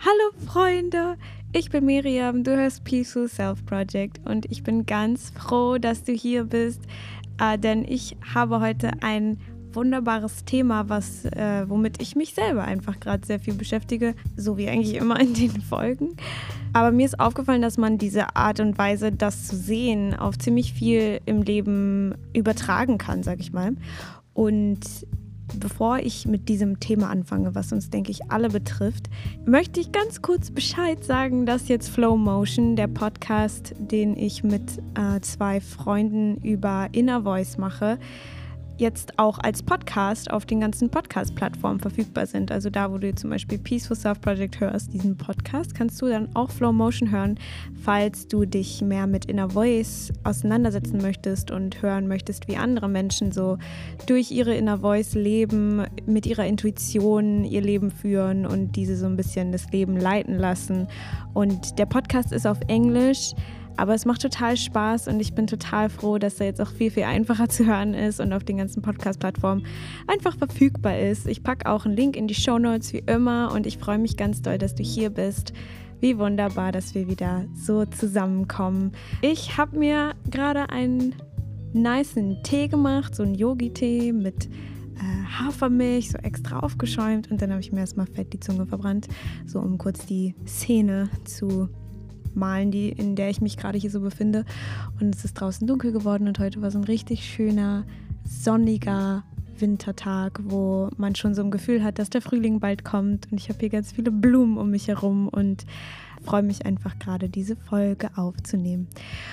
Hallo Freunde, ich bin Miriam, du hörst Peaceful Self Project und ich bin ganz froh, dass du hier bist, denn ich habe heute ein wunderbares Thema, womit ich mich selber einfach gerade sehr viel beschäftige, so wie eigentlich immer in den Folgen. Aber mir ist aufgefallen, dass man diese Art und Weise, das zu sehen, auf ziemlich viel im Leben übertragen kann, sag ich mal. Und bevor ich mit diesem Thema anfange, was uns, denke ich, alle betrifft, möchte ich ganz kurz Bescheid sagen, dass jetzt Flow Motion, der Podcast, den ich mit 2 Freunden über Inner Voice mache, jetzt auch als Podcast auf den ganzen Podcast-Plattformen verfügbar sind. Also da, wo du zum Beispiel Peaceful Self Project hörst, diesen Podcast, kannst du dann auch Flow Motion hören, falls du dich mehr mit Inner Voice auseinandersetzen möchtest und hören möchtest, wie andere Menschen so durch ihre Inner Voice leben, mit ihrer Intuition ihr Leben führen und diese so ein bisschen das Leben leiten lassen. Und der Podcast ist auf Englisch, aber es macht total Spaß und ich bin total froh, dass er jetzt auch viel, viel einfacher zu hören ist und auf den ganzen Podcast-Plattformen einfach verfügbar ist. Ich packe auch einen Link in die Shownotes wie immer und ich freue mich ganz doll, dass du hier bist. Wie wunderbar, dass wir wieder so zusammenkommen. Ich habe mir gerade einen nicen Tee gemacht, so einen Yogi-Tee mit Hafermilch, so extra aufgeschäumt und dann habe ich mir erstmal fett die Zunge verbrannt, so um kurz die Szene zu malen, in der ich mich gerade hier so befinde. Und es ist draußen dunkel geworden und heute war so ein richtig schöner, sonniger Wintertag, wo man schon so ein Gefühl hat, dass der Frühling bald kommt. Und ich habe hier ganz viele Blumen um mich herum und freue mich einfach gerade, diese Folge aufzunehmen.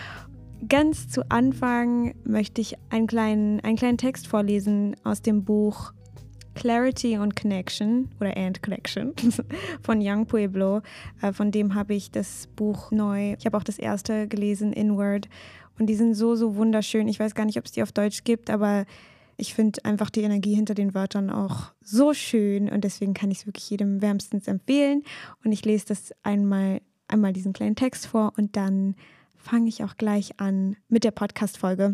Ganz zu Anfang möchte ich einen kleinen Text vorlesen aus dem Buch Clarity und Connection oder And Connection von Yung Pueblo. Von dem habe ich das Buch neu. Ich habe auch das erste gelesen, Inward. Und die sind so, so wunderschön. Ich weiß gar nicht, ob es die auf Deutsch gibt, aber ich finde einfach die Energie hinter den Wörtern auch so schön. Und deswegen kann ich es wirklich jedem wärmstens empfehlen. Und ich lese das einmal diesen kleinen Text vor und dann fange ich auch gleich an mit der Podcast-Folge.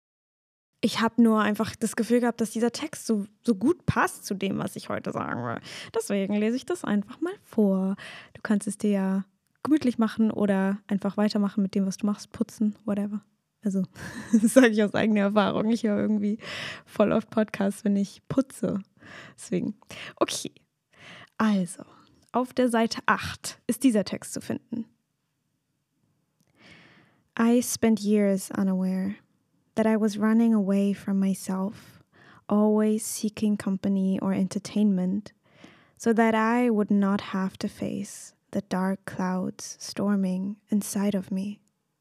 Ich habe nur einfach das Gefühl gehabt, dass dieser Text so gut passt zu dem, was ich heute sagen will. Deswegen lese ich das einfach mal vor. Du kannst es dir ja gemütlich machen oder einfach weitermachen mit dem, was du machst, putzen, whatever. Also, das sage ich aus eigener Erfahrung. Ich höre irgendwie voll oft Podcasts, wenn ich putze. Deswegen, okay. Also, auf der Seite 8 ist dieser Text zu finden. I spent years unaware that I was running away from myself, always seeking company or entertainment, so that I would not have to face the dark clouds storming inside of me.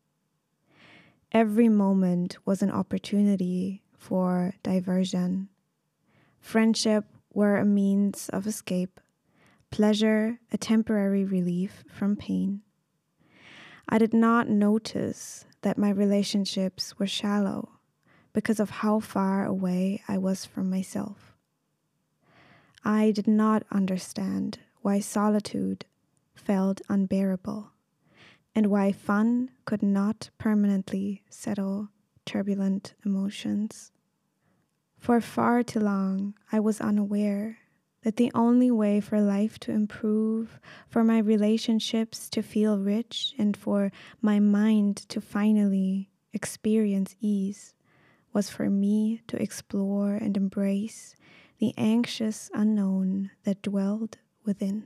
Every moment was an opportunity for diversion. Friendship were a means of escape, pleasure a temporary relief from pain. I did not notice that my relationships were shallow because of how far away I was from myself. I did not understand why solitude felt unbearable and why fun could not permanently settle turbulent emotions. For far too long, I was unaware that the only way for life to improve, for my relationships to feel rich, and for my mind to finally experience ease was for me to explore and embrace the anxious unknown that dwelled within.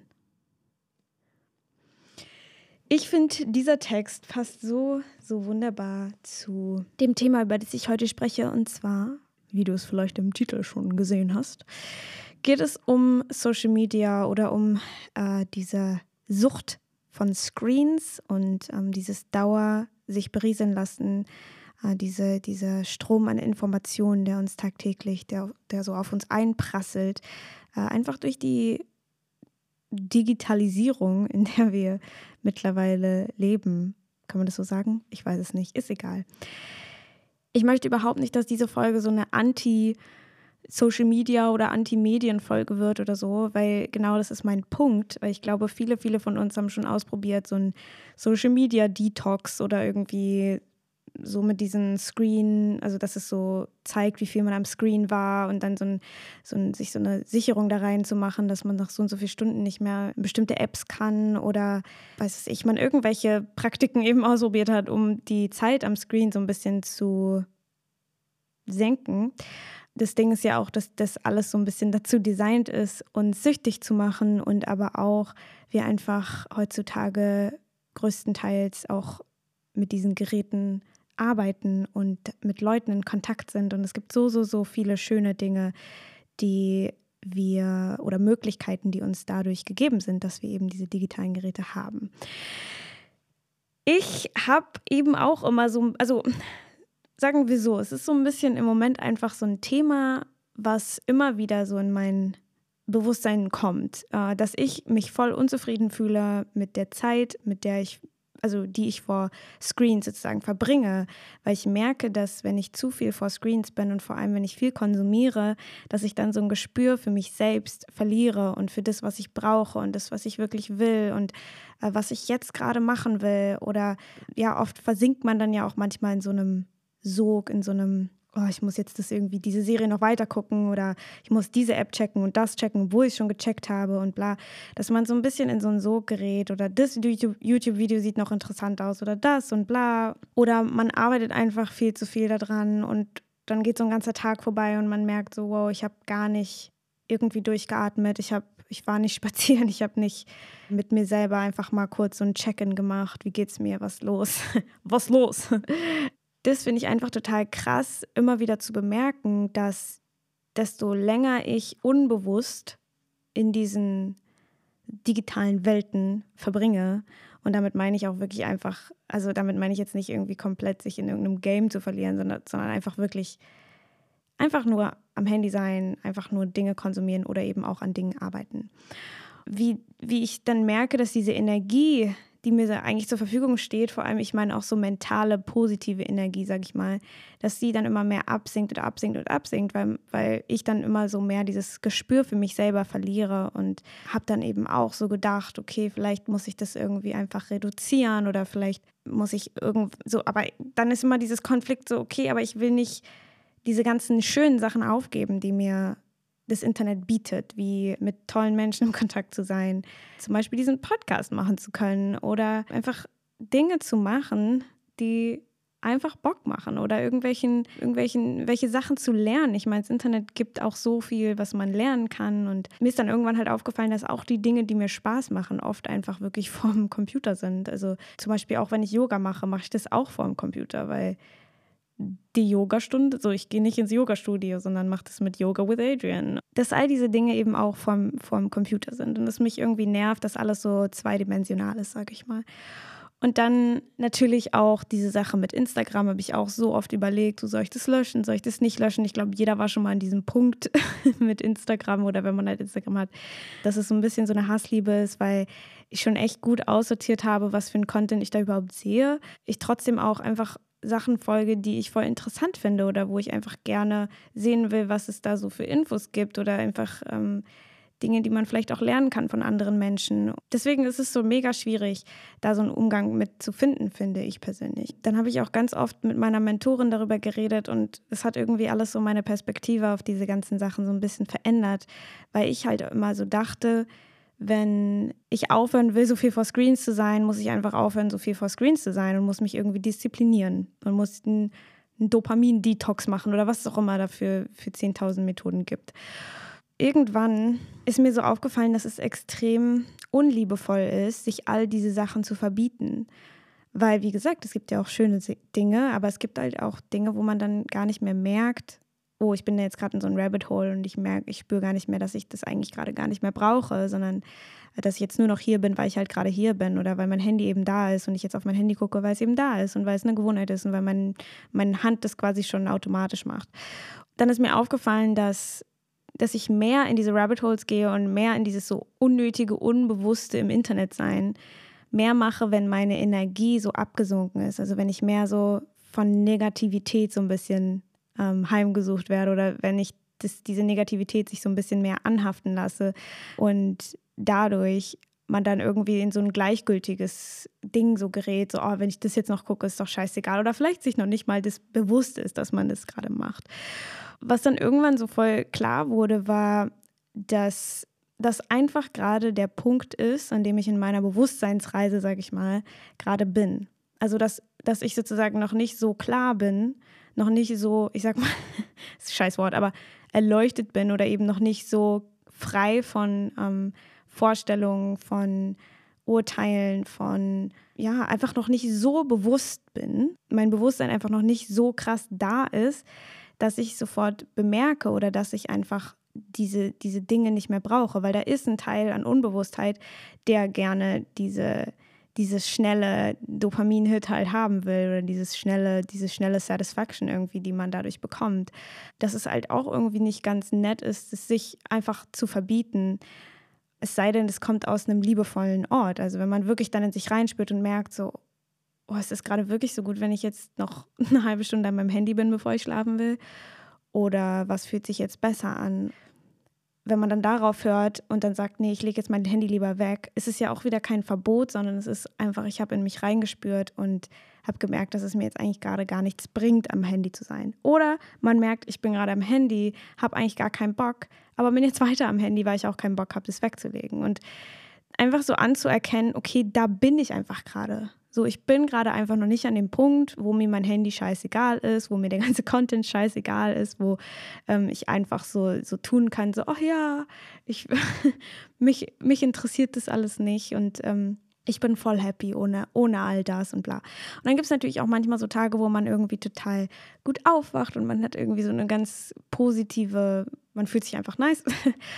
Ich finde, dieser Text passt so wunderbar zu dem Thema, über das ich heute spreche, und zwar, wie du es vielleicht im Titel schon gesehen hast, geht es um Social Media oder um diese Sucht von Screens und dieses Dauer sich berieseln lassen, dieser Strom an Informationen, der uns tagtäglich, der so auf uns einprasselt, einfach durch die Digitalisierung, in der wir mittlerweile leben. Kann man das so sagen? Ich weiß es nicht, ist egal. Ich möchte überhaupt nicht, dass diese Folge so eine Anti-Social-Media oder Anti-Medien-Folge wird oder so, weil genau das ist mein Punkt, weil ich glaube, viele von uns haben schon ausprobiert, so ein Social-Media-Detox oder irgendwie so mit diesem Screen, also dass es so zeigt, wie viel man am Screen war und dann sich so eine Sicherung da rein zu machen, dass man nach so und so vielen Stunden nicht mehr bestimmte Apps kann oder weiß ich, man irgendwelche Praktiken eben ausprobiert hat, um die Zeit am Screen so ein bisschen zu senken. Das Ding ist ja auch, dass das alles so ein bisschen dazu designt ist, uns süchtig zu machen und aber auch wir einfach heutzutage größtenteils auch mit diesen Geräten arbeiten und mit Leuten in Kontakt sind. Und es gibt so viele schöne Dinge, die wir oder Möglichkeiten, die uns dadurch gegeben sind, dass wir eben diese digitalen Geräte haben. Ich habe eben auch immer so, also sagen wir so, es ist so ein bisschen im Moment einfach so ein Thema, was immer wieder so in mein Bewusstsein kommt, dass ich mich voll unzufrieden fühle mit der Zeit, die ich vor Screens sozusagen verbringe, weil ich merke, dass wenn ich zu viel vor Screens bin und vor allem, wenn ich viel konsumiere, dass ich dann so ein Gespür für mich selbst verliere und für das, was ich brauche und das, was ich wirklich will und was ich jetzt gerade machen will. Oder ja, oft versinkt man dann ja auch manchmal in so einem Sog, in so einem, oh, ich muss jetzt diese Serie noch weiter gucken oder ich muss diese App checken und das checken, obwohl ich schon gecheckt habe und bla, dass man so ein bisschen in so einen Sog gerät oder das YouTube-Video sieht noch interessant aus oder das und bla. Oder man arbeitet einfach viel zu viel daran und dann geht so ein ganzer Tag vorbei und man merkt so, wow, ich habe gar nicht irgendwie durchgeatmet, ich war nicht spazieren, ich habe nicht mit mir selber einfach mal kurz so ein Check-in gemacht, wie geht's mir, was los, was los? Das finde ich einfach total krass, immer wieder zu bemerken, dass desto länger ich unbewusst in diesen digitalen Welten verbringe, und damit meine ich auch wirklich einfach, also damit meine ich jetzt nicht irgendwie komplett sich in irgendeinem Game zu verlieren, sondern einfach wirklich einfach nur am Handy sein, einfach nur Dinge konsumieren oder eben auch an Dingen arbeiten. Wie ich dann merke, dass diese Energie, die mir eigentlich zur Verfügung steht, vor allem, ich meine auch so mentale, positive Energie, sage ich mal, dass die dann immer mehr absinkt, weil ich dann immer so mehr dieses Gespür für mich selber verliere und habe dann eben auch so gedacht, okay, vielleicht muss ich das irgendwie einfach reduzieren oder vielleicht muss ich aber dann ist immer dieses Konflikt so, okay, aber ich will nicht diese ganzen schönen Sachen aufgeben, die mir das Internet bietet, wie mit tollen Menschen im Kontakt zu sein, zum Beispiel diesen Podcast machen zu können oder einfach Dinge zu machen, die einfach Bock machen oder welche Sachen zu lernen. Ich meine, das Internet gibt auch so viel, was man lernen kann, und mir ist dann irgendwann halt aufgefallen, dass auch die Dinge, die mir Spaß machen, oft einfach wirklich vorm Computer sind. Also zum Beispiel auch, wenn ich Yoga mache, mache ich das auch vorm Computer, weil die Yogastunde, so ich gehe nicht ins Yogastudio, sondern mache das mit Yoga with Adriene. Dass all diese Dinge eben auch vorm Computer sind und es mich irgendwie nervt, dass alles so zweidimensional ist, sage ich mal. Und dann natürlich auch diese Sache mit Instagram habe ich auch so oft überlegt, so soll ich das löschen, soll ich das nicht löschen? Ich glaube, jeder war schon mal an diesem Punkt mit Instagram oder wenn man halt Instagram hat, dass es so ein bisschen so eine Hassliebe ist, weil ich schon echt gut aussortiert habe, was für ein Content ich da überhaupt sehe. Ich trotzdem auch einfach Sachen folge, die ich voll interessant finde oder wo ich einfach gerne sehen will, was es da so für Infos gibt oder einfach Dinge, die man vielleicht auch lernen kann von anderen Menschen. Deswegen ist es so mega schwierig, da so einen Umgang mit zu finden, finde ich persönlich. Dann habe ich auch ganz oft mit meiner Mentorin darüber geredet und es hat irgendwie alles so meine Perspektive auf diese ganzen Sachen so ein bisschen verändert, weil ich halt immer so dachte, wenn ich aufhören will, so viel vor Screens zu sein, muss ich einfach aufhören, so viel vor Screens zu sein und muss mich irgendwie disziplinieren und muss einen Dopamin-Detox machen oder was es auch immer dafür für 10.000 Methoden gibt. Irgendwann ist mir so aufgefallen, dass es extrem unliebevoll ist, sich all diese Sachen zu verbieten. Weil, wie gesagt, es gibt ja auch schöne Dinge, aber es gibt halt auch Dinge, wo man dann gar nicht mehr merkt, oh, ich bin da jetzt gerade in so einem Rabbit Hole und ich spüre gar nicht mehr, dass ich das eigentlich gerade gar nicht mehr brauche, sondern dass ich jetzt nur noch hier bin, weil ich halt gerade hier bin oder weil mein Handy eben da ist und ich jetzt auf mein Handy gucke, weil es eben da ist und weil es eine Gewohnheit ist und weil meine Hand das quasi schon automatisch macht. Dann ist mir aufgefallen, dass ich mehr in diese Rabbit Holes gehe und mehr in dieses so unnötige, unbewusste im Internet sein, mehr mache, wenn meine Energie so abgesunken ist. Also wenn ich mehr so von Negativität so ein bisschen heimgesucht werde oder wenn ich diese Negativität sich so ein bisschen mehr anhaften lasse und dadurch man dann irgendwie in so ein gleichgültiges Ding so gerät, so, oh, wenn ich das jetzt noch gucke, ist doch scheißegal. Oder vielleicht sich noch nicht mal das bewusst ist, dass man das gerade macht. Was dann irgendwann so voll klar wurde, war, dass das einfach gerade der Punkt ist, an dem ich in meiner Bewusstseinsreise, sage ich mal, gerade bin. Also, dass ich sozusagen noch nicht so klar bin, noch nicht so, ich sag mal, das ist ein scheiß Wort, aber erleuchtet bin oder eben noch nicht so frei von Vorstellungen, von Urteilen, von, ja, einfach noch nicht so bewusst bin, mein Bewusstsein einfach noch nicht so krass da ist, dass ich sofort bemerke oder dass ich einfach diese Dinge nicht mehr brauche, weil da ist ein Teil an Unbewusstheit, der gerne dieses schnelle Dopamin-Hit halt haben will oder diese schnelle Satisfaction irgendwie, die man dadurch bekommt. Dass es halt auch irgendwie nicht ganz nett ist, es sich einfach zu verbieten, es sei denn, es kommt aus einem liebevollen Ort. Also wenn man wirklich dann in sich reinspürt und merkt so, oh, ist das gerade wirklich so gut, wenn ich jetzt noch eine halbe Stunde an meinem Handy bin, bevor ich schlafen will? Oder was fühlt sich jetzt besser an? Wenn man dann darauf hört und dann sagt, nee, ich lege jetzt mein Handy lieber weg, ist es ja auch wieder kein Verbot, sondern es ist einfach, ich habe in mich reingespürt und habe gemerkt, dass es mir jetzt eigentlich gerade gar nichts bringt, am Handy zu sein. Oder man merkt, ich bin gerade am Handy, habe eigentlich gar keinen Bock, aber bin jetzt weiter am Handy, weil ich auch keinen Bock habe, das wegzulegen. Und einfach so anzuerkennen, okay, da bin ich einfach gerade. So, ich bin gerade einfach noch nicht an dem Punkt, wo mir mein Handy scheißegal ist, wo mir der ganze Content scheißegal ist, wo ich einfach so tun kann, so, ach ja, mich interessiert das alles nicht und ich bin voll happy ohne all das und bla. Und dann gibt es natürlich auch manchmal so Tage, wo man irgendwie total gut aufwacht und man hat irgendwie so eine ganz positive, man fühlt sich einfach nice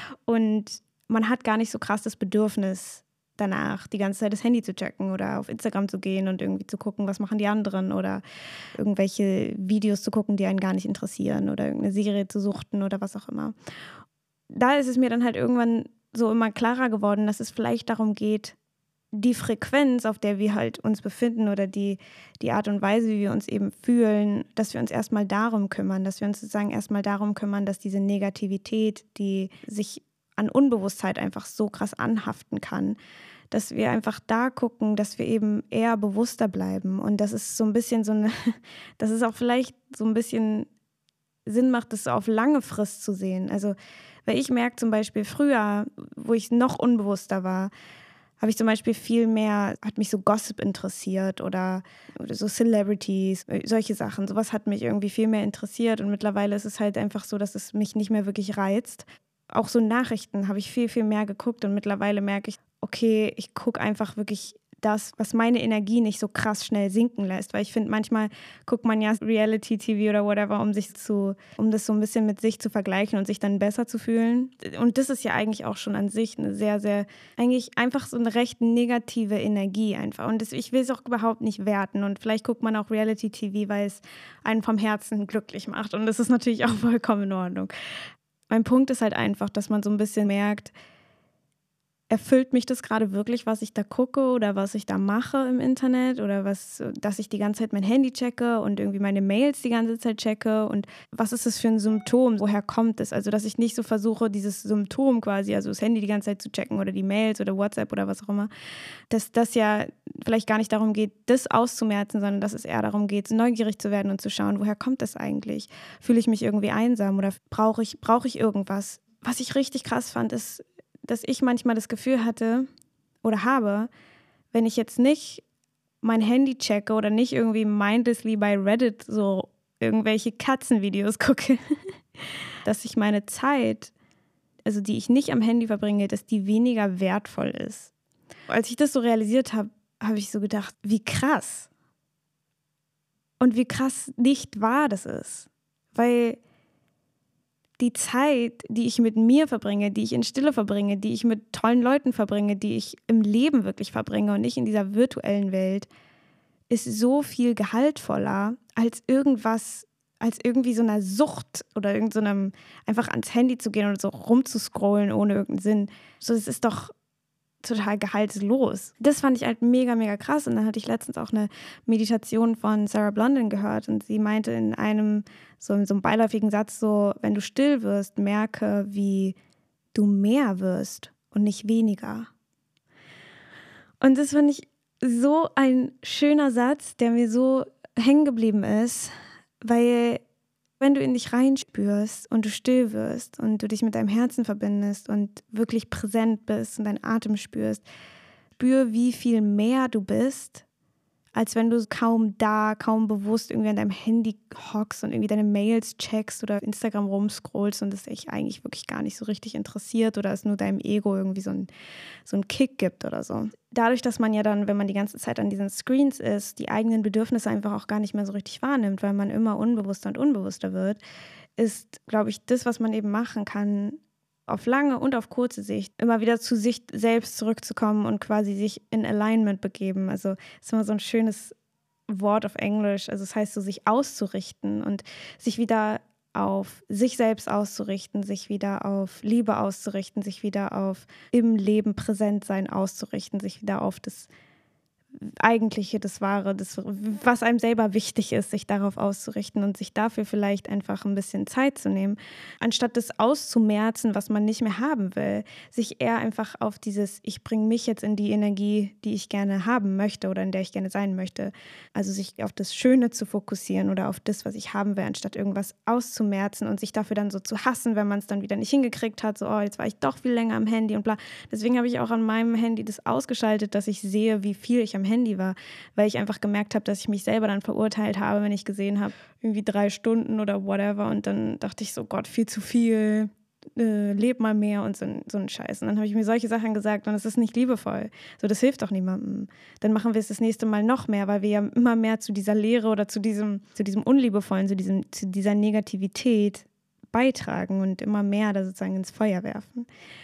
und man hat gar nicht so krass das Bedürfnis, danach die ganze Zeit das Handy zu checken oder auf Instagram zu gehen und irgendwie zu gucken, was machen die anderen oder irgendwelche Videos zu gucken, die einen gar nicht interessieren oder irgendeine Serie zu suchten oder was auch immer. Da ist es mir dann halt irgendwann so immer klarer geworden, dass es vielleicht darum geht, die Frequenz, auf der wir halt uns befinden oder die Art und Weise, wie wir uns eben fühlen, dass wir uns erstmal darum kümmern, dass wir uns sozusagen erstmal darum kümmern, dass diese Negativität, die sich an Unbewusstheit einfach so krass anhaften kann, dass wir einfach da gucken, dass wir eben eher bewusster bleiben. Und das ist so ein bisschen dass es auch vielleicht so ein bisschen Sinn macht, das so auf lange Frist zu sehen. Also, weil ich merke zum Beispiel früher, wo ich noch unbewusster war, habe ich zum Beispiel hat mich so Gossip interessiert oder so Celebrities, solche Sachen. Sowas hat mich irgendwie viel mehr interessiert und mittlerweile ist es halt einfach so, dass es mich nicht mehr wirklich reizt. Auch so Nachrichten habe ich viel, viel mehr geguckt und mittlerweile merke ich, okay, ich gucke einfach wirklich das, was meine Energie nicht so krass schnell sinken lässt, weil ich finde, manchmal guckt man ja Reality-TV oder whatever, um das so ein bisschen mit sich zu vergleichen und sich dann besser zu fühlen. Und das ist ja eigentlich auch schon an sich eine sehr, sehr, eigentlich einfach so eine recht negative Energie einfach. Und ich will es auch überhaupt nicht werten und vielleicht guckt man auch Reality-TV, weil es einen vom Herzen glücklich macht und das ist natürlich auch vollkommen in Ordnung. Mein Punkt ist halt einfach, dass man so ein bisschen merkt, erfüllt mich das gerade wirklich, was ich da gucke oder was ich da mache im Internet oder dass ich die ganze Zeit mein Handy checke und irgendwie meine Mails die ganze Zeit checke und was ist das für ein Symptom, woher kommt es? Also, dass ich nicht so versuche, dieses Symptom quasi, also das Handy die ganze Zeit zu checken oder die Mails oder WhatsApp oder was auch immer, dass das ja vielleicht gar nicht darum geht, das auszumerzen, sondern dass es eher darum geht, neugierig zu werden und zu schauen, woher kommt das eigentlich? Fühle ich mich irgendwie einsam oder brauche ich irgendwas? Was ich richtig krass fand, ist, dass ich manchmal das Gefühl hatte oder habe, wenn ich jetzt nicht mein Handy checke oder nicht irgendwie mindlessly bei Reddit so irgendwelche Katzenvideos gucke, dass ich meine Zeit, also die ich nicht am Handy verbringe, dass die weniger wertvoll ist. Als ich das so realisiert habe, habe ich so gedacht, wie krass. Und wie krass nicht wahr das ist. Weil die Zeit, die ich mit mir verbringe, die ich in Stille verbringe, die ich mit tollen Leuten verbringe, die ich im Leben wirklich verbringe und nicht in dieser virtuellen Welt, ist so viel gehaltvoller als irgendwie so einer Sucht oder irgendeinem einfach ans Handy zu gehen und so rumzuscrollen ohne irgendeinen Sinn. So, das ist doch total gehaltslos. Das fand ich halt mega, mega krass. Und dann hatte ich letztens auch eine Meditation von Sarah Blondin gehört und sie meinte in so einem beiläufigen Satz so, wenn du still wirst, merke, wie du mehr wirst und nicht weniger. Und das fand ich so ein schöner Satz, der mir so hängen geblieben ist, weil wenn du in dich reinspürst und du still wirst und du dich mit deinem Herzen verbindest und wirklich präsent bist und deinen Atem spürst, spür, wie viel mehr du bist, als wenn du kaum bewusst irgendwie an deinem Handy hockst und irgendwie deine Mails checkst oder Instagram rumscrollst und es dich eigentlich wirklich gar nicht so richtig interessiert oder es nur deinem Ego irgendwie so einen Kick gibt oder so. Dadurch, dass man ja dann, wenn man die ganze Zeit an diesen Screens ist, die eigenen Bedürfnisse einfach auch gar nicht mehr so richtig wahrnimmt, weil man immer unbewusster und unbewusster wird, ist, glaube ich, das, was man eben machen kann, auf lange und auf kurze Sicht immer wieder zu sich selbst zurückzukommen und quasi sich in Alignment begeben. Also das ist immer so ein schönes Wort auf Englisch. Also es heißt so, sich auszurichten und sich wieder auf sich selbst auszurichten, sich wieder auf Liebe auszurichten, sich wieder auf im Leben präsent sein auszurichten, sich wieder auf das Eigentliche, das Wahre, das, was einem selber wichtig ist, sich darauf auszurichten und sich dafür vielleicht einfach ein bisschen Zeit zu nehmen, anstatt das auszumerzen, was man nicht mehr haben will, sich eher einfach auf dieses, ich bringe mich jetzt in die Energie, die ich gerne haben möchte oder in der ich gerne sein möchte, also sich auf das Schöne zu fokussieren oder auf das, was ich haben will, anstatt irgendwas auszumerzen und sich dafür dann so zu hassen, wenn man es dann wieder nicht hingekriegt hat, so, oh, jetzt war ich doch viel länger am Handy und bla. Deswegen habe ich auch an meinem Handy das ausgeschaltet, dass ich sehe, wie viel ich am Handy war, weil ich einfach gemerkt habe, dass ich mich selber dann verurteilt habe, wenn ich gesehen habe, irgendwie 3 Stunden oder whatever und dann dachte ich so, Gott, viel zu viel, leb mal mehr und so ein Scheiß. Und dann habe ich mir solche Sachen gesagt und es ist nicht liebevoll. So, das hilft doch niemandem. Dann machen wir es das nächste Mal noch mehr, weil wir ja immer mehr zu dieser Leere oder zu diesem Unliebevollen, zu dieser Negativität beitragen und immer mehr da sozusagen ins Feuer werfen.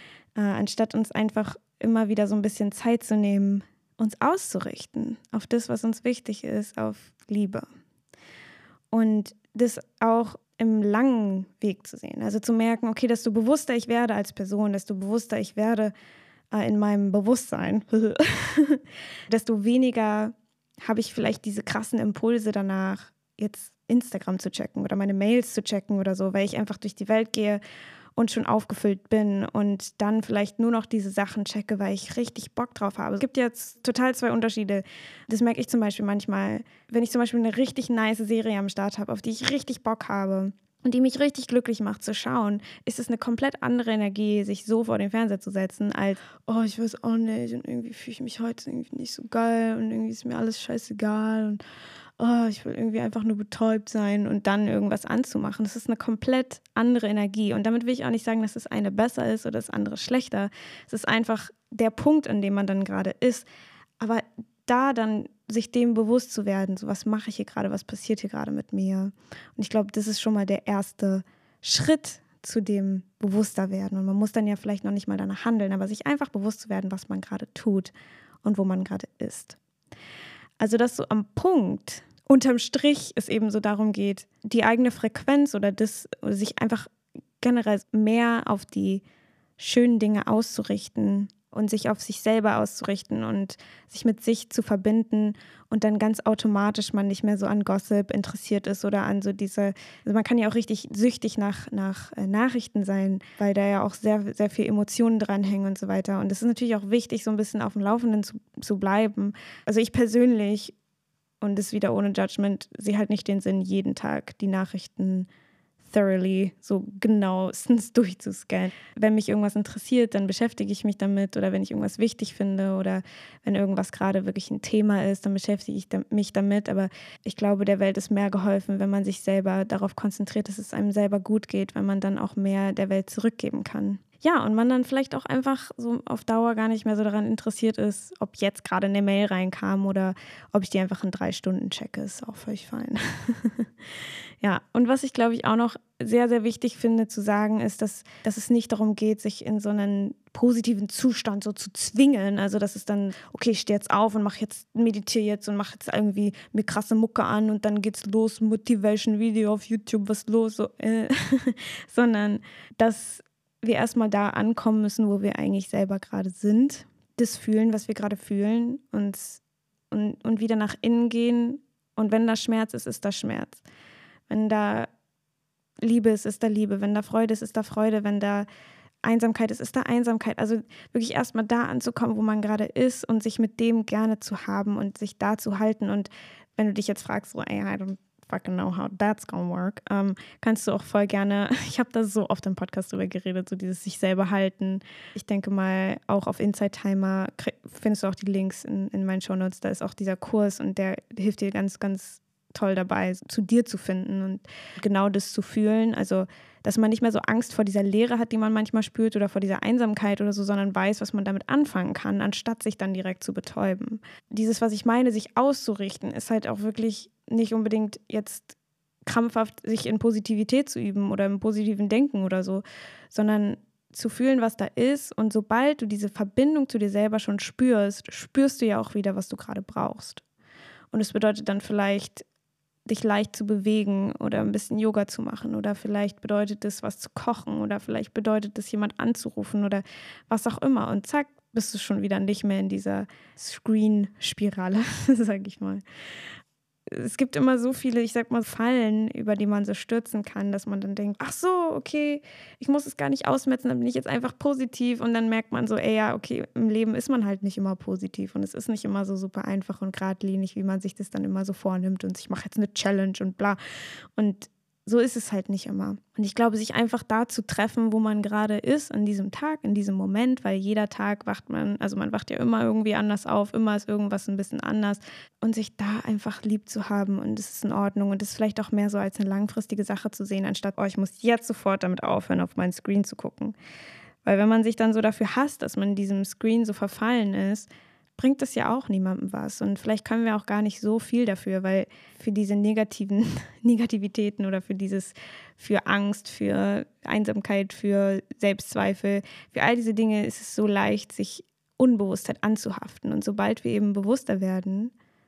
Anstatt uns einfach immer wieder so ein bisschen Zeit zu nehmen, uns auszurichten auf das, was uns wichtig ist, auf Liebe. Und das auch im langen Weg zu sehen. Also zu merken, okay, desto bewusster ich werde als Person, desto bewusster ich werde in meinem Bewusstsein, desto weniger habe ich vielleicht diese krassen Impulse danach, jetzt Instagram zu checken oder meine Mails zu checken oder so, weil ich einfach durch die Welt gehe und schon aufgefüllt bin und dann vielleicht nur noch diese Sachen checke, weil ich richtig Bock drauf habe. Es gibt jetzt total 2 Unterschiede. Das merke ich zum Beispiel manchmal, wenn ich zum Beispiel eine richtig nice Serie am Start habe, auf die ich richtig Bock habe und die mich richtig glücklich macht zu schauen, ist es eine komplett andere Energie, sich so vor den Fernseher zu setzen, als, oh, ich weiß auch nicht und irgendwie fühle ich mich heute irgendwie nicht so geil und irgendwie ist mir alles scheißegal und oh, ich will irgendwie einfach nur betäubt sein und dann irgendwas anzumachen. Das ist eine komplett andere Energie. Und damit will ich auch nicht sagen, dass das eine besser ist oder das andere schlechter. Es ist einfach der Punkt, an dem man dann gerade ist. Aber da dann sich dem bewusst zu werden, so was mache ich hier gerade, was passiert hier gerade mit mir. Und ich glaube, das ist schon mal der erste Schritt zu dem bewusster werden. Und man muss dann ja vielleicht noch nicht mal danach handeln, aber sich einfach bewusst zu werden, was man gerade tut und wo man gerade ist. Also, dass so am Punkt, unterm Strich, es eben so darum geht, die eigene Frequenz oder sich einfach generell mehr auf die schönen Dinge auszurichten und sich auf sich selber auszurichten und sich mit sich zu verbinden und dann ganz automatisch man nicht mehr so an Gossip interessiert ist oder an so also man kann ja auch richtig süchtig nach Nachrichten sein, weil da ja auch sehr, sehr viel Emotionen dranhängen und so weiter. Und es ist natürlich auch wichtig, so ein bisschen auf dem Laufenden zu bleiben. Also ich persönlich, und das wieder ohne Judgment, sehe halt nicht den Sinn, jeden Tag die Nachrichten thoroughly, so genauestens durchzuscannen. Wenn mich irgendwas interessiert, dann beschäftige ich mich damit oder wenn ich irgendwas wichtig finde oder wenn irgendwas gerade wirklich ein Thema ist, dann beschäftige ich mich damit. Aber ich glaube, der Welt ist mehr geholfen, wenn man sich selber darauf konzentriert, dass es einem selber gut geht, weil man dann auch mehr der Welt zurückgeben kann. Ja, und man dann vielleicht auch einfach so auf Dauer gar nicht mehr so daran interessiert ist, ob jetzt gerade eine Mail reinkam oder ob ich die einfach in 3 Stunden checke, ist auch völlig fein. Ja, und was ich, glaube ich, auch noch sehr, sehr wichtig finde zu sagen, ist, dass es nicht darum geht, sich in so einen positiven Zustand so zu zwingen. Also, dass es dann, okay, ich stehe jetzt auf und meditiere jetzt und mache jetzt irgendwie mir krasse Mucke an und dann geht's los, Motivation-Video auf YouTube, was los? So, sondern, dass wir erstmal da ankommen müssen, wo wir eigentlich selber gerade sind, das fühlen, was wir gerade fühlen und wieder nach innen gehen. Und wenn da Schmerz ist, ist da Schmerz. Wenn da Liebe ist, ist da Liebe. Wenn da Freude ist, ist da Freude. Wenn da Einsamkeit ist, ist da Einsamkeit. Also wirklich erstmal da anzukommen, wo man gerade ist und sich mit dem gerne zu haben und sich da zu halten. Und wenn du dich jetzt fragst, so, ey, I don't fucking know how that's gonna work, kannst du auch voll gerne, ich habe da so oft im Podcast drüber geredet, so dieses sich selber halten. Ich denke mal, auch auf Inside Timer findest du auch die Links in meinen Shownotes, da ist auch dieser Kurs und der hilft dir ganz, ganz toll dabei, zu dir zu finden und genau das zu fühlen. Also, dass man nicht mehr so Angst vor dieser Leere hat, die man manchmal spürt oder vor dieser Einsamkeit oder so, sondern weiß, was man damit anfangen kann, anstatt sich dann direkt zu betäuben. Dieses, was ich meine, sich auszurichten, ist halt auch wirklich nicht unbedingt jetzt krampfhaft sich in Positivität zu üben oder im positiven Denken oder so, sondern zu fühlen, was da ist. Und sobald du diese Verbindung zu dir selber schon spürst, spürst du ja auch wieder, was du gerade brauchst. Und es bedeutet dann vielleicht, dich leicht zu bewegen oder ein bisschen Yoga zu machen oder vielleicht bedeutet es, was zu kochen oder vielleicht bedeutet es, jemand anzurufen oder was auch immer. Und zack, bist du schon wieder nicht mehr in dieser Screen-Spirale, sag ich mal. Es gibt immer so viele, ich sag mal, Fallen, über die man so stürzen kann, dass man dann denkt, ach so, okay, ich muss es gar nicht ausmetzen, dann bin ich jetzt einfach positiv und dann merkt man so, ey, ja, okay, im Leben ist man halt nicht immer positiv und es ist nicht immer so super einfach und geradlinig, wie man sich das dann immer so vornimmt und ich mache jetzt eine Challenge und bla. Und so ist es halt nicht immer. Und ich glaube, sich einfach da zu treffen, wo man gerade ist, an diesem Tag, in diesem Moment, weil jeder Tag wacht man, also man wacht ja immer irgendwie anders auf, immer ist irgendwas ein bisschen anders und sich da einfach lieb zu haben und es ist in Ordnung und es vielleicht auch mehr so als eine langfristige Sache zu sehen, anstatt, oh, ich muss jetzt sofort damit aufhören, auf meinen Screen zu gucken. Weil wenn man sich dann so dafür hasst, dass man diesem Screen so verfallen ist, bringt das ja auch niemandem was. Und vielleicht können wir auch gar nicht so viel dafür, weil für diese Negativitäten oder für Angst, für Einsamkeit, für Selbstzweifel, für all diese Dinge ist es so leicht, sich Unbewusstheit anzuhaften. Und sobald wir eben bewusster werden,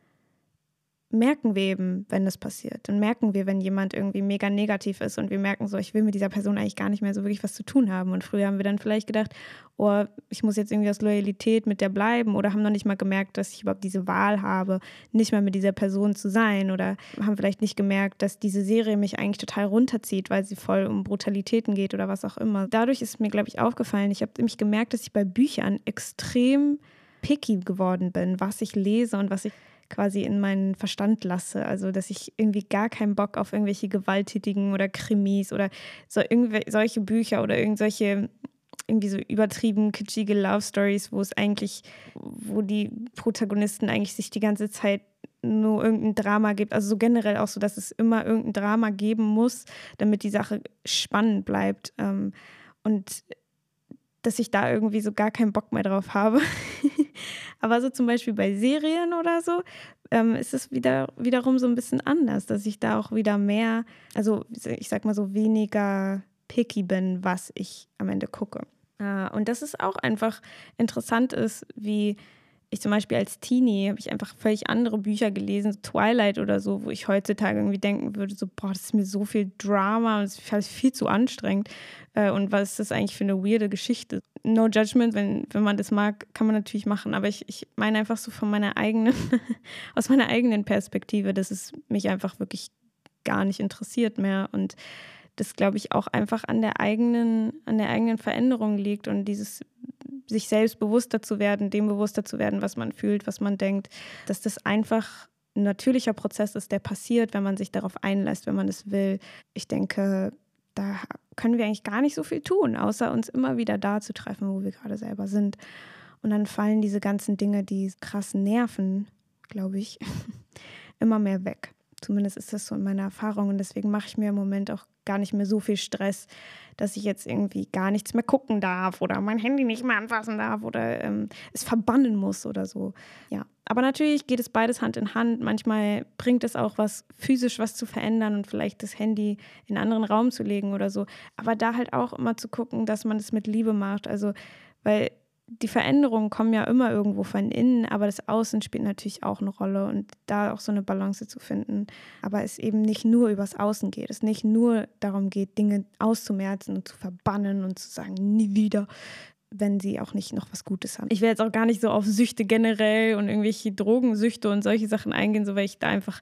merken wir eben, wenn das passiert. Dann merken wir, wenn jemand irgendwie mega negativ ist und wir merken so, ich will mit dieser Person eigentlich gar nicht mehr so wirklich was zu tun haben. Und früher haben wir dann vielleicht gedacht, oh, ich muss jetzt irgendwie aus Loyalität mit der bleiben oder haben noch nicht mal gemerkt, dass ich überhaupt diese Wahl habe, nicht mehr mit dieser Person zu sein oder haben vielleicht nicht gemerkt, dass diese Serie mich eigentlich total runterzieht, weil sie voll um Brutalitäten geht oder was auch immer. Dadurch ist mir, glaube ich, aufgefallen, ich habe nämlich gemerkt, dass ich bei Büchern extrem picky geworden bin, was ich lese und was ich quasi in meinen Verstand lasse. Also, dass ich irgendwie gar keinen Bock auf irgendwelche gewalttätigen oder Krimis oder solche Bücher oder irgendwelche irgendwie so übertrieben kitschige Love Stories, wo die Protagonisten eigentlich sich die ganze Zeit nur irgendein Drama gibt. Also so generell auch so, dass es immer irgendein Drama geben muss, damit die Sache spannend bleibt. Und dass ich da irgendwie so gar keinen Bock mehr drauf habe. Aber so zum Beispiel bei Serien oder so ist es wiederum so ein bisschen anders, dass ich da auch wieder mehr, also ich sag mal so weniger picky bin, was ich am Ende gucke. Und dass es auch einfach interessant ist, wie ich zum Beispiel als Teenie habe ich einfach völlig andere Bücher gelesen, so Twilight oder so, wo ich heutzutage irgendwie denken würde, so, boah, das ist mir so viel Drama und es ist viel zu anstrengend. Und was ist das eigentlich für eine weirde Geschichte? No judgment, wenn man das mag, kann man natürlich machen. Aber ich meine einfach so aus meiner eigenen Perspektive, dass es mich einfach wirklich gar nicht interessiert mehr. Und das, glaube ich, auch einfach an der eigenen Veränderung liegt und dieses sich selbst bewusster zu werden, dem bewusster zu werden, was man fühlt, was man denkt, dass das einfach ein natürlicher Prozess ist, der passiert, wenn man sich darauf einlässt, wenn man es will. Ich denke, da können wir eigentlich gar nicht so viel tun, außer uns immer wieder da zu treffen, wo wir gerade selber sind. Und dann fallen diese ganzen Dinge, die krass nerven, glaube ich, immer mehr weg. Zumindest ist das so in meiner Erfahrung und deswegen mache ich mir im Moment auch gar nicht mehr so viel Stress, dass ich jetzt irgendwie gar nichts mehr gucken darf oder mein Handy nicht mehr anfassen darf oder es verbannen muss oder so. Ja, aber natürlich geht es beides Hand in Hand. Manchmal bringt es auch was, physisch was zu verändern und vielleicht das Handy in einen anderen Raum zu legen oder so. Aber da halt auch immer zu gucken, dass man es mit Liebe macht. Also, weil die Veränderungen kommen ja immer irgendwo von innen, aber das Außen spielt natürlich auch eine Rolle und da auch so eine Balance zu finden. Aber es eben nicht nur übers Außen geht, es nicht nur darum geht, Dinge auszumerzen und zu verbannen und zu sagen, nie wieder, wenn sie auch nicht noch was Gutes haben. Ich will jetzt auch gar nicht so auf Süchte generell und irgendwelche Drogensüchte und solche Sachen eingehen, so weil ich da einfach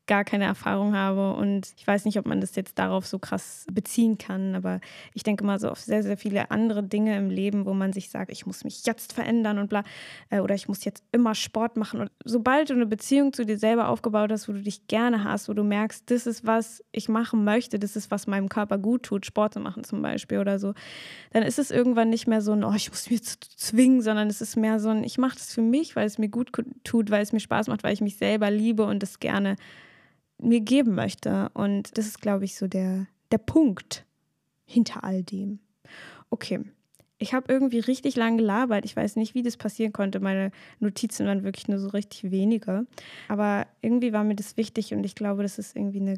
gar keine Erfahrung habe und ich weiß nicht, ob man das jetzt darauf so krass beziehen kann, aber ich denke mal so auf sehr, sehr viele andere Dinge im Leben, wo man sich sagt, ich muss mich jetzt verändern und bla, oder ich muss jetzt immer Sport machen. Und sobald du eine Beziehung zu dir selber aufgebaut hast, wo du dich gerne hast, wo du merkst, das ist, was ich machen möchte, das ist, was meinem Körper gut tut, Sport zu machen zum Beispiel oder so, dann ist es irgendwann nicht mehr so ein, oh, ich muss mich jetzt zwingen, sondern es ist mehr so ein, ich mache das für mich, weil es mir gut tut, weil es mir Spaß macht, weil ich mich selber liebe und es gerne mir geben möchte. Und das ist, glaube ich, so der Punkt hinter all dem. Okay, ich habe irgendwie richtig lang gelabert. Ich weiß nicht, wie das passieren konnte. Meine Notizen waren wirklich nur so richtig wenige. Aber irgendwie war mir das wichtig und ich glaube, das ist irgendwie ein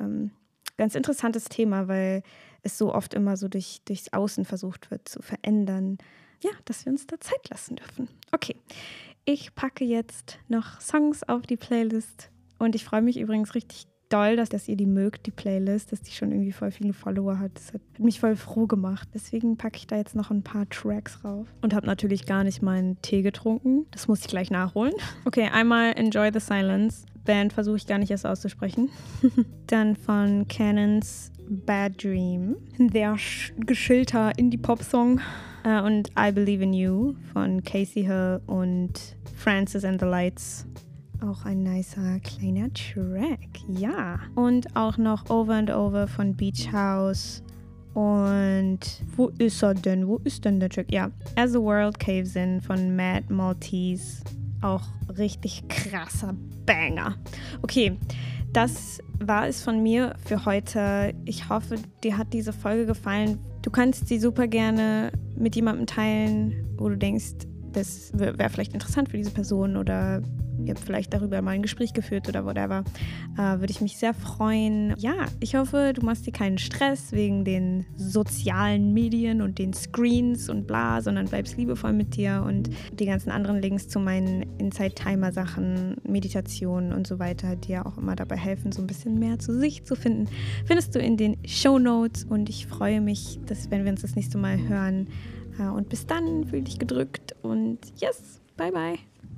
ganz interessantes Thema, weil es so oft immer so durchs Außen versucht wird zu verändern. Ja, dass wir uns da Zeit lassen dürfen. Okay, ich packe jetzt noch Songs auf die Playlist. Und ich freue mich übrigens richtig doll, dass ihr die mögt, die Playlist, dass die schon irgendwie voll viele Follower hat. Das hat mich voll froh gemacht. Deswegen packe ich da jetzt noch ein paar Tracks rauf. Und habe natürlich gar nicht meinen Tee getrunken. Das muss ich gleich nachholen. Okay, einmal Enjoy the Silence. Band versuche ich gar nicht erst auszusprechen. Dann von Cannons Bad Dream. Der geschillter Indie-Pop-Song. Und I Believe in You von Casey Hill und Francis and the Lights. Auch ein nicer kleiner Track, ja. Und auch noch Over and Over von Beach House. Und wo ist er denn? Wo ist denn der Track? Ja, As the World Caves In von Mad Maltese. Auch richtig krasser Banger. Okay, das war es von mir für heute. Ich hoffe, dir hat diese Folge gefallen. Du kannst sie super gerne mit jemandem teilen, wo du denkst, das wäre vielleicht interessant für diese Person oder ihr habt vielleicht darüber mal ein Gespräch geführt oder whatever. Würde ich mich sehr freuen. Ja, ich hoffe, du machst dir keinen Stress wegen den sozialen Medien und den Screens und bla, sondern bleibst liebevoll mit dir und die ganzen anderen Links zu meinen Inside-Timer-Sachen, Meditationen und so weiter, die ja auch immer dabei helfen, so ein bisschen mehr zu sich zu finden, findest du in den Shownotes und ich freue mich, dass, wenn wir uns das nächste Mal hören. Und bis dann, fühl dich gedrückt und yes, bye bye.